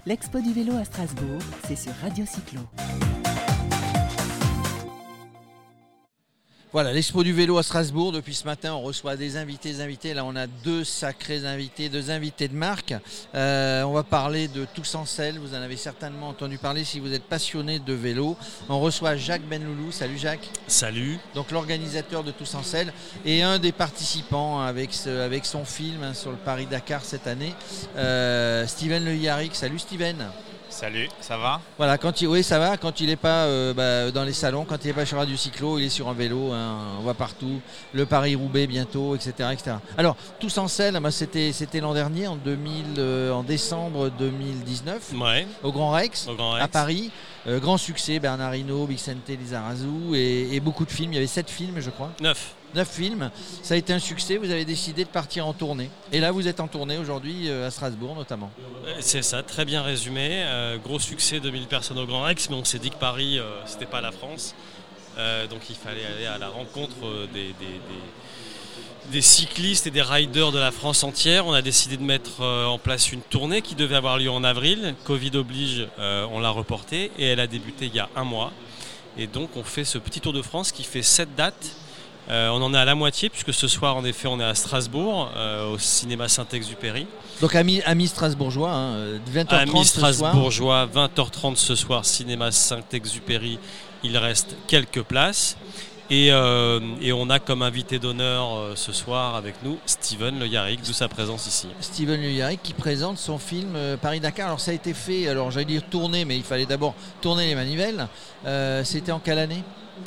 L'Expo du vélo à Strasbourg, c'est sur Radio Cyclo. Voilà, l'Expo du vélo à Strasbourg. Depuis ce matin, on reçoit des invités. Là, on a deux sacrés invités, deux invités de marque. On va parler de Tous en Selle. Vous en avez certainement entendu parler si vous êtes passionné de vélo. On reçoit Jacques Benloulou. Salut Jacques. Salut. Donc l'organisateur de Tous en Selle et un des participants avec son film sur le Paris-Dakar cette année, Steven Le Yarrick. Salut Steven. Salut, ça va ? Voilà, oui, ça va. Quand il n'est pas dans les salons, quand il n'est pas sur Radio Cyclo, il est sur un vélo, on va partout. Le Paris-Roubaix bientôt, etc., etc. Alors, Tous en Selle, c'était l'an dernier, en décembre 2019, ouais. Au Grand Rex, à Paris. Grand succès, Bernard Hinault, Vicente Lizarazu et beaucoup de films. Il y avait 7 films, je crois. 9 films, ça a été un succès, vous avez décidé de partir en tournée. Et là, vous êtes en tournée aujourd'hui à Strasbourg notamment. C'est ça, très bien résumé. Gros succès, 2000 personnes au Grand Rex, mais on s'est dit que Paris, c'était pas la France. Donc il fallait aller à la rencontre des cyclistes et des riders de la France entière. On a décidé de mettre en place une tournée qui devait avoir lieu en avril. Covid oblige, on l'a reportée et elle a débuté il y a un mois. Et donc on fait ce petit tour de France qui fait 7 dates. On en est à la moitié puisque ce soir en effet on est à Strasbourg au cinéma Saint-Exupéry. Donc amis strasbourgeois, 20h30 amis strasbourgeois, ce soir. 20h30 ce soir, cinéma Saint-Exupéry, il reste quelques places et on a comme invité d'honneur ce soir avec nous Steven Le Yarrick, d'où sa présence ici. Steven Le Yarrick qui présente son film Paris-Dakar. Alors ça a été fait, j'allais dire tourner, mais il fallait d'abord tourner les manivelles. C'était en quelle année ?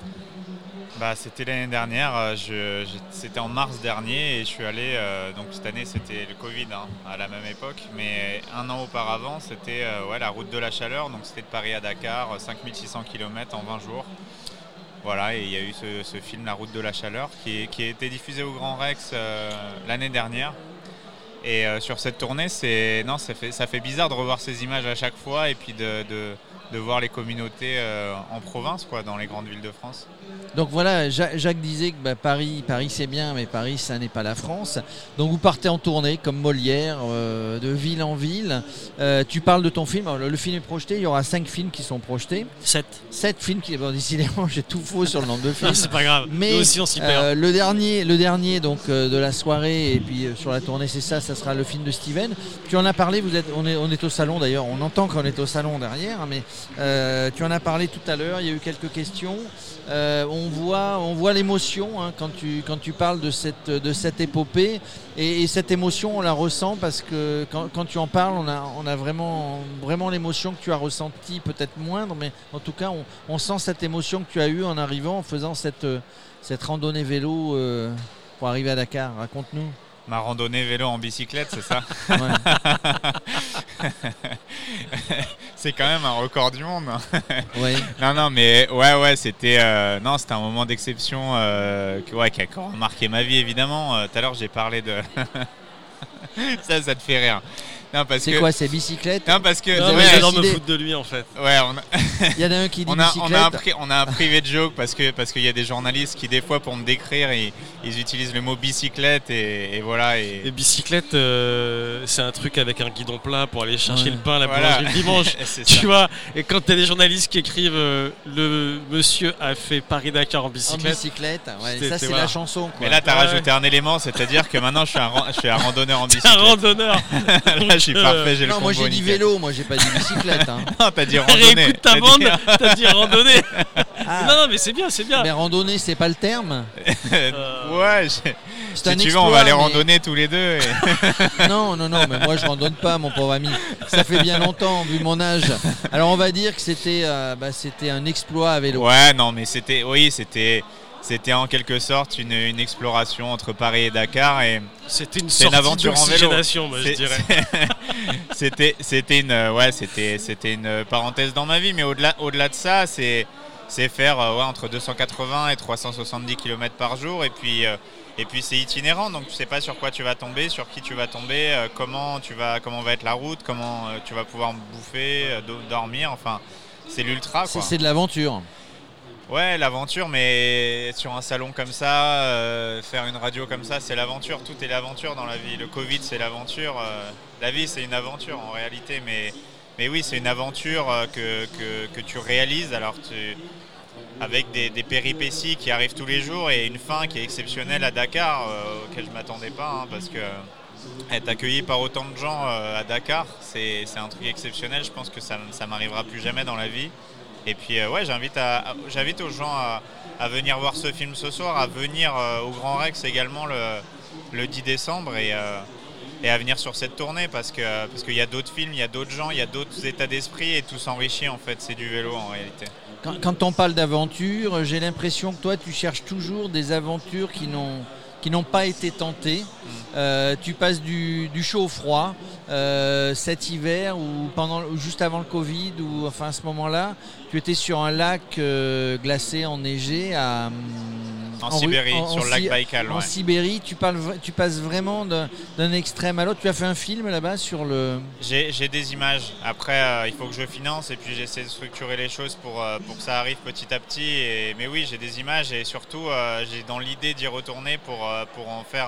C'était l'année dernière, c'était en mars dernier et je suis allé, donc cette année c'était le Covid à la même époque, mais un an auparavant c'était la route de la chaleur, donc c'était de Paris à Dakar, 5600 km en 20 jours. Voilà, et il y a eu ce film La route de la chaleur qui a été diffusé au Grand Rex l'année dernière. Et sur cette tournée, ça fait bizarre de revoir ces images à chaque fois et puis de voir les communautés en province, dans les grandes villes de France. Donc voilà, Jacques disait que Paris c'est bien, mais Paris ça n'est pas la France. Donc vous partez en tournée comme Molière, de ville en ville. Tu parles de ton film. Alors, le film est projeté, il y aura 5 films qui sont projetés. 7 films qui... Bon, décidément, j'ai tout faux sur le nombre de films. Non, c'est pas grave, mais nous aussi on s'y perd. Le dernier donc, de la soirée et puis sur la tournée, c'est ça sera le film de Steven. Tu en as parlé, on est au salon d'ailleurs, on entend qu'on est au salon derrière, mais tu en as parlé tout à l'heure, il y a eu quelques questions. On voit l'émotion quand tu parles de cette épopée et cette émotion on la ressent parce que quand tu en parles on a vraiment l'émotion que tu as ressentie, peut-être moindre, mais en tout cas on sent cette émotion que tu as eue en arrivant, en faisant cette randonnée vélo pour arriver à Dakar. Raconte-nous. Ma randonnée vélo en bicyclette, c'est ça ? Ouais. C'est quand même un record du monde. Ouais. Non, mais ouais, c'était un moment d'exception qui a encore marqué ma vie, évidemment. Tout à l'heure, j'ai parlé de... ça te fait rire. Non, parce c'est que... quoi, c'est bicyclette ? Non, parce que... mais j'adore me foutre de lui en fait. Ouais, il y en a un qui dit bicyclette. On a un privé de joke parce qu'il y a des journalistes qui des fois pour me décrire ils utilisent le mot bicyclette et voilà. Et bicyclette c'est un truc avec un guidon plat pour aller chercher le pain à la boulangerie le dimanche. Tu vois, et quand t'as des journalistes qui écrivent le monsieur a fait Paris-Dakar en bicyclette. Ça c'est la chanson. Mais là t'as rajouté un élément, c'est-à-dire que maintenant je suis un randonneur en bicyclette. Un randonneur. Là, je suis parfait, j'ai le combo. Non, moi j'ai dit vélo, moi j'ai pas dit bicyclette. Non, t'as dit randonnée. Écoute ta bande, t'as dit randonnée. Non, mais c'est bien. Mais randonnée, c'est pas le terme. Ouais, si tu veux, on va aller randonner tous les deux. Non, mais moi je randonne pas, mon pauvre ami. Ça fait bien longtemps, vu mon âge. Alors on va dire que c'était un exploit à vélo. Ouais, non, mais c'était en quelque sorte une exploration entre Paris et Dakar et c'était une aventure d'oxygénation, moi je dirais. C'était une parenthèse dans ma vie, mais au-delà de ça, c'est faire entre 280 et 370 km par jour et puis c'est itinérant, donc tu sais pas sur quoi tu vas tomber, sur qui tu vas tomber, comment va être la route, comment tu vas pouvoir bouffer, dormir, enfin c'est l'ultra quoi. C'est de l'aventure. Ouais, l'aventure, mais sur un salon comme ça, faire une radio comme ça, c'est l'aventure. Tout est l'aventure dans la vie. Le Covid, c'est l'aventure. La vie, c'est une aventure en réalité, mais Mais oui, c'est une aventure que tu réalises. Alors avec des péripéties qui arrivent tous les jours et une fin qui est exceptionnelle à Dakar, auquel je ne m'attendais pas, hein, parce que être accueilli par autant de gens à Dakar, c'est un truc exceptionnel. Je pense que ça ne m'arrivera plus jamais dans la vie. Et puis j'invite aux gens à venir voir ce film ce soir, à venir au Grand Rex également le 10 décembre et à venir sur cette tournée parce qu'il y a d'autres films, il y a d'autres gens, il y a d'autres états d'esprit et tout s'enrichit en fait. C'est du vélo en réalité. Quand on parle d'aventure, j'ai l'impression que toi tu cherches toujours des aventures qui n'ont pas été tentées. Tu passes du chaud au froid cet hiver ou juste avant le Covid ou enfin à ce moment-là, tu étais sur un lac glacé, enneigé en Sibérie, sur le lac Baïkal. En Sibérie, tu passes vraiment d'un extrême à l'autre. Tu as fait un film là-bas sur le... J'ai des images. Après, il faut que je finance et puis j'essaie de structurer les choses pour que ça arrive petit à petit. Mais oui, j'ai des images et surtout, j'ai dans l'idée d'y retourner pour en faire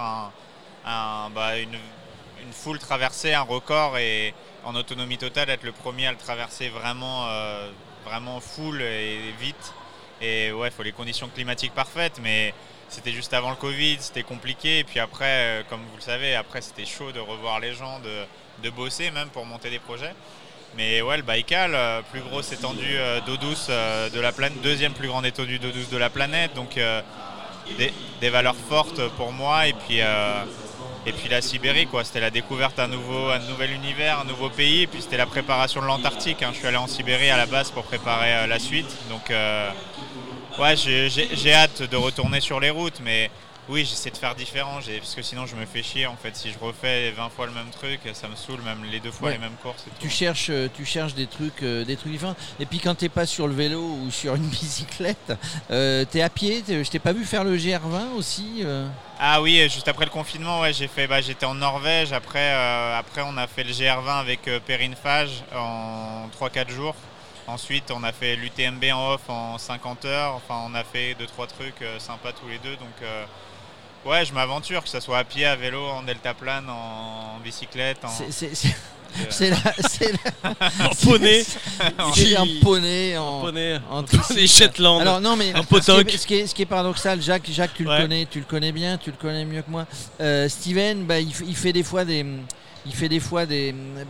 une full traversée, un record et en autonomie totale, être le premier à le traverser vraiment full et vite. Et ouais, il faut les conditions climatiques parfaites, mais c'était juste avant le Covid, c'était compliqué. Et puis après, comme vous le savez, après c'était chaud de revoir les gens, de bosser même pour monter des projets. Mais ouais, le Baïkal, plus grosse étendue d'eau douce de la planète, deuxième plus grande étendue d'eau douce de la planète. Donc des valeurs fortes pour moi. Et puis la Sibérie, quoi. C'était la découverte d'un nouvel univers, un nouveau pays. Et puis c'était la préparation de l'Antarctique. Je suis allé en Sibérie à la base pour préparer la suite. Donc ouais, j'ai hâte de retourner sur les routes. Mais oui, j'essaie de faire différent. Parce que sinon je me fais chier en fait. Si je refais 20 fois le même truc, ça me saoule, même les 2 fois les mêmes courses. Tu cherches des trucs différents. Et puis quand t'es pas sur le vélo ou sur une bicyclette, t'es à pied. Je t'ai pas vu faire le GR20 aussi Ah oui, juste après le confinement, ouais, j'étais en Norvège. Après, on a fait le GR20 avec Perrine Fage en 3-4 jours. Ensuite, on a fait l'UTMB en off en 50 heures. Enfin, on a fait 2-3 trucs sympas tous les deux. Donc, ouais, je m'aventure, que ce soit à pied, à vélo, en deltaplane, en bicyclette. C'est en poney. En poney, en Shetland. Alors non mais en potoc. Ce qui est paradoxal, Jacques tu le connais, tu le connais bien, tu le connais mieux que moi. Steven, il fait des fois des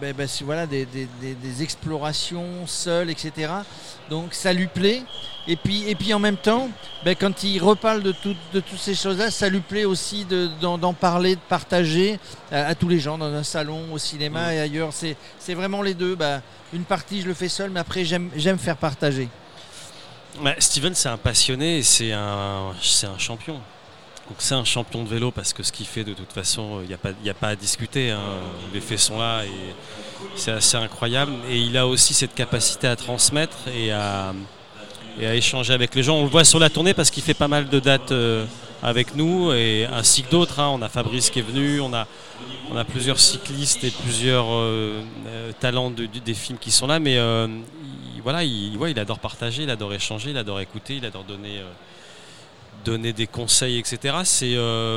explorations seul, etc. Donc ça lui plaît. Et puis en même temps, quand il reparle de toutes ces choses-là, ça lui plaît aussi d'en parler, de partager à tous les gens, dans un salon, au cinéma et ailleurs. C'est vraiment les deux. Une partie, je le fais seul, mais après, j'aime faire partager. Steven, c'est un passionné et c'est un champion. Donc c'est un champion de vélo parce que ce qu'il fait, de toute façon, il n'y a pas à discuter. Les faits sont là et c'est assez incroyable. Et il a aussi cette capacité à transmettre et à échanger avec les gens. On le voit sur la tournée parce qu'il fait pas mal de dates avec nous et ainsi que d'autres. On a Fabrice qui est venu, on a plusieurs cyclistes et plusieurs talents des films qui sont là. Mais il adore partager, il adore échanger, il adore écouter, il adore donner des conseils, etc. C'est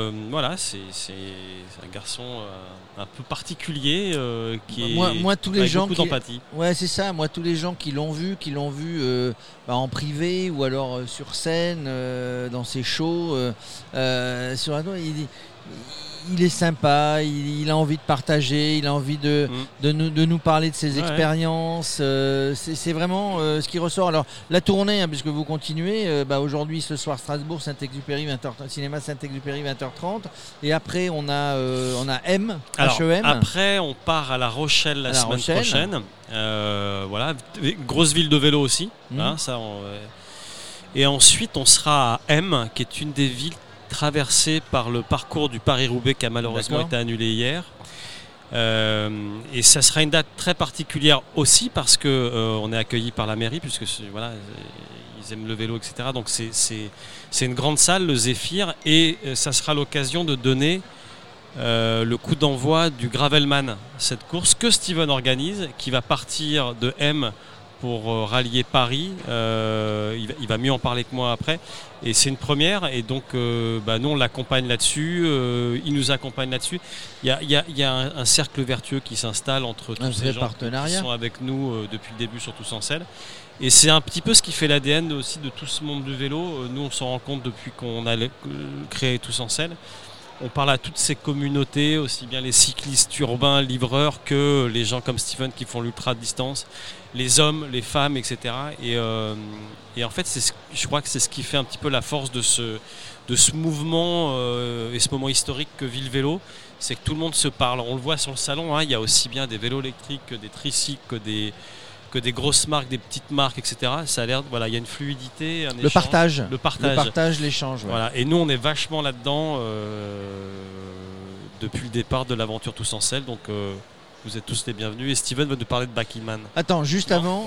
un garçon un peu particulier qui moi, tous les avec gens beaucoup d'empathie. Ouais, c'est ça. Moi, tous les gens qui l'ont vu en privé ou alors sur scène, dans ses shows, sur la tour, il est sympa, il a envie de partager, il a envie de nous parler de ses expériences. C'est vraiment ce qui ressort. Alors la tournée, puisque vous continuez, aujourd'hui ce soir Strasbourg, Saint-Exupéry, 20h, cinéma Saint-Exupéry 20h30. Et après on a M, HEM. Après on part à La Rochelle la semaine prochaine. Grosse ville de vélo aussi. Et ensuite on sera à M, qui est une des villes traversé par le parcours du Paris-Roubaix qui a malheureusement été annulé hier. Et ça sera une date très particulière aussi parce qu'on est accueilli par la mairie puisque ils aiment le vélo, etc. Donc c'est une grande salle, le Zéphyr, et ça sera l'occasion de donner le coup d'envoi du Gravelman, cette course que Steven organise, qui va partir de M pour rallier Paris. Il va mieux en parler que moi après. Et c'est une première. Et donc, nous, on l'accompagne là-dessus. Il nous accompagne là-dessus. Il y a un cercle vertueux qui s'installe entre tous ces gens qui sont avec nous depuis le début sur Tous en Selle. Et c'est un petit peu ce qui fait l'ADN aussi de tout ce monde du vélo. Nous, on s'en rend compte depuis qu'on a créé Tous en Selle. On parle à toutes ces communautés, aussi bien les cyclistes urbains, livreurs, que les gens comme Steven qui font l'ultra-distance, les hommes, les femmes, etc. Et en fait, je crois que c'est ce qui fait un petit peu la force de ce mouvement et ce moment historique que vit le vélo. C'est que tout le monde se parle. On le voit sur le salon, hein, il y a aussi bien des vélos électriques que des tricycles, que des grosses marques, des petites marques, etc. Ça a l'air, voilà, il y a une fluidité, un échange. Le partage, l'échange. Ouais. Voilà. Et nous, on est vachement là-dedans depuis le départ de l'aventure Tous en Selle. Donc, vous êtes tous les bienvenus. Et Steven va nous parler de Backyman. Attends, juste avant,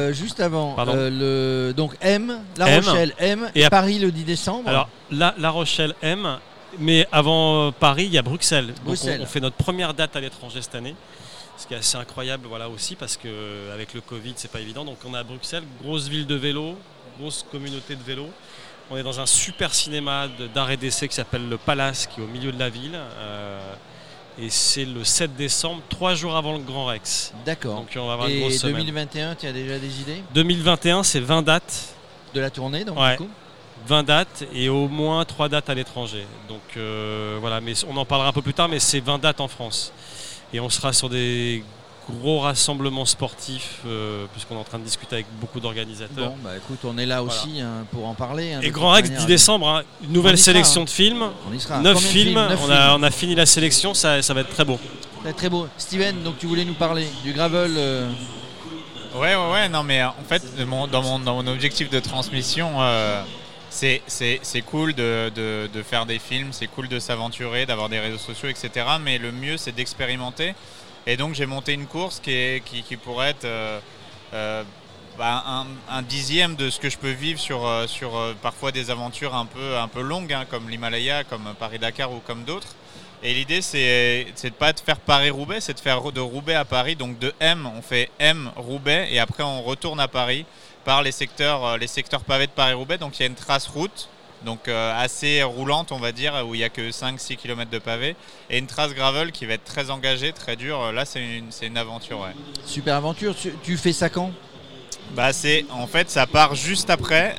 donc La M. Rochelle, et Paris le 10 décembre. Alors, La Rochelle, mais avant Paris, il y a Bruxelles. Donc, on fait notre première date à l'étranger cette année. Ce qui est assez incroyable, voilà, aussi, parce qu'avec le Covid, c'est pas évident. Donc on est à Bruxelles, grosse ville de vélo, grosse communauté de vélo. On est dans un super cinéma d'art et d'essai qui s'appelle le Palace, qui est au milieu de la ville. Et c'est le 7 décembre, 3 jours avant le Grand Rex. D'accord. Donc on va avoir une grosse semaine. 2021, tu as déjà des idées ? 2021, c'est 20 dates. De la tournée, donc, ouais. Du coup 20 dates et au moins 3 dates à l'étranger. Donc voilà, mais on en parlera un peu plus tard, mais c'est 20 dates en France. Et on sera sur des gros rassemblements sportifs, puisqu'on est en train de discuter avec beaucoup d'organisateurs. Bon, écoute, on est là aussi pour en parler. Et Grand Rex, 10 décembre, une nouvelle sélection de films. On y sera. 9 films. On a fini la sélection, ça va être très beau. Ça va être très beau. Steven, donc tu voulais nous parler du gravel Ouais, non mais en fait, dans mon objectif de transmission, c'est cool de faire des films, c'est cool de s'aventurer, d'avoir des réseaux sociaux, etc. Mais le mieux, c'est d'expérimenter. Et donc, j'ai monté une course qui pourrait être un dixième de ce que je peux vivre sur parfois des aventures un peu longues, hein, comme l'Himalaya, comme Paris-Dakar ou comme d'autres. Et l'idée, c'est de pas de faire Paris-Roubaix, c'est de faire de Roubaix à Paris. Donc de M, on fait M-Roubaix et après on retourne à Paris par les secteurs pavés de Paris-Roubaix. Donc il y a une trace route, donc assez roulante on va dire, où il n'y a que 5-6 km de pavés. Et une trace gravel qui va être très engagée, très dure. Là c'est une aventure. Ouais. Super aventure, tu fais ça quand ? En fait ça part juste après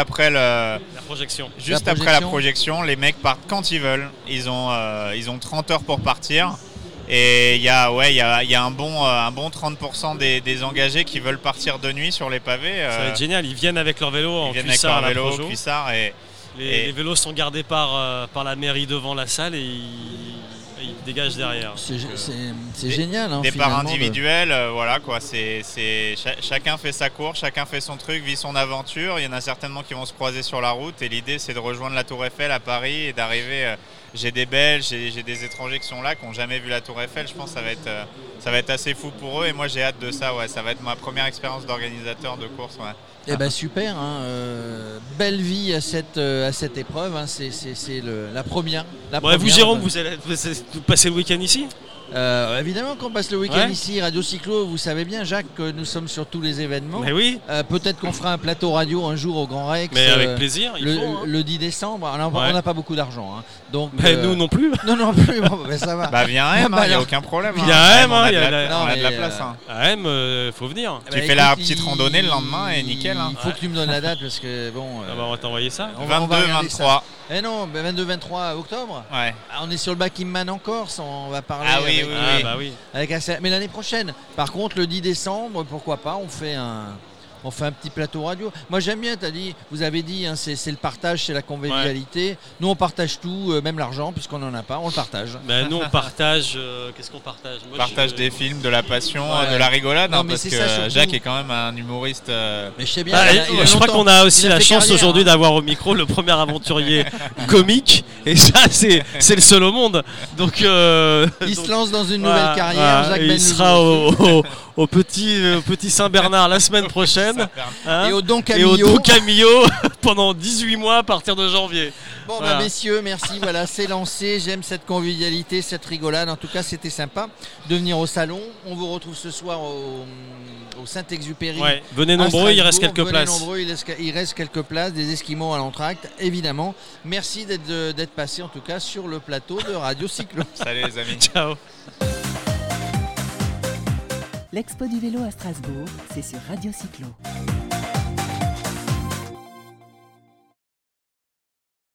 la projection. Après la projection, les mecs partent quand ils veulent. Ils ont 30 heures pour partir. Et il y a un bon 30% des engagés qui veulent partir de nuit sur les pavés. Ça va être génial, ils viennent avec leur vélo en cuissard à la Projo. Les vélos sont gardés par la mairie devant la salle et ils dégagent derrière. C'est génial. Hein, départ individuel, voilà quoi. Chacun fait sa course, chacun fait son truc, vit son aventure. Il y en a certainement qui vont se croiser sur la route. Et l'idée, c'est de rejoindre la Tour Eiffel à Paris et d'arriver. J'ai des Belges, j'ai des étrangers qui sont là, qui n'ont jamais vu la Tour Eiffel. Je pense que ça va être assez fou pour eux. Et moi, j'ai hâte de ça. Ouais, ça va être ma première expérience d'organisateur de course. Ouais. Eh ben super, hein, belle vie à cette épreuve, hein, c'est la première. Vous Jérôme, vous passez le week-end ici ? Évidemment qu'on passe le week-end ici, Radio Cyclo, vous savez bien Jacques que nous sommes sur tous les événements. Mais oui. Peut-être qu'on fera un plateau radio un jour au Grand Rex. Mais avec plaisir, le 10 décembre. Alors, on n'a pas beaucoup d'argent. Hein. Donc, nous non plus. Non plus, ça va. Viens à M, il n'y a aucun problème. Viens à M, on a de la place. À M, faut venir. Tu fais la petite randonnée le lendemain et nickel. Il faut que tu me donnes la date parce que bon... on va t'envoyer ça. 22-23. Eh non, 22-23 octobre. Ouais. On est sur le Backyman en Corse, on va parler. Ah oui, oui. Mais l'année prochaine. Par contre, le 10 décembre, pourquoi pas, on fait un petit plateau radio. Moi j'aime bien, vous avez dit, hein, c'est le partage, c'est la convivialité. Ouais. Nous on partage tout, même l'argent, puisqu'on n'en a pas, on le partage. Nous on partage, qu'est-ce qu'on partage ? On partage des films, de la passion, de la rigolade, parce que Jacques est quand même un humoriste. Mais je sais bien. Je crois qu'on a aussi la chance aujourd'hui d'avoir au micro le premier aventurier comique, et ça c'est le seul au monde. Donc, il se lance dans une nouvelle carrière, Jacques il sera au petit Saint-Bernard la semaine prochaine. même. Hein, Et au Don et au Camillo. Don Camillo pendant 18 mois à partir de janvier. Bon Voilà. messieurs, merci, voilà, c'est lancé, j'aime cette convivialité, cette rigolade, en tout cas c'était sympa de venir au salon. On vous retrouve ce soir au Saint-Exupéry. Ouais, venez nombreux, il reste quelques places. Nombreux, il reste quelques places, des Esquimaux à l'entracte, évidemment. Merci d'être passé en tout cas sur le plateau de Radio Cyclo. Salut les amis. Ciao. L'Expo du vélo à Strasbourg, c'est sur Radio Cyclo.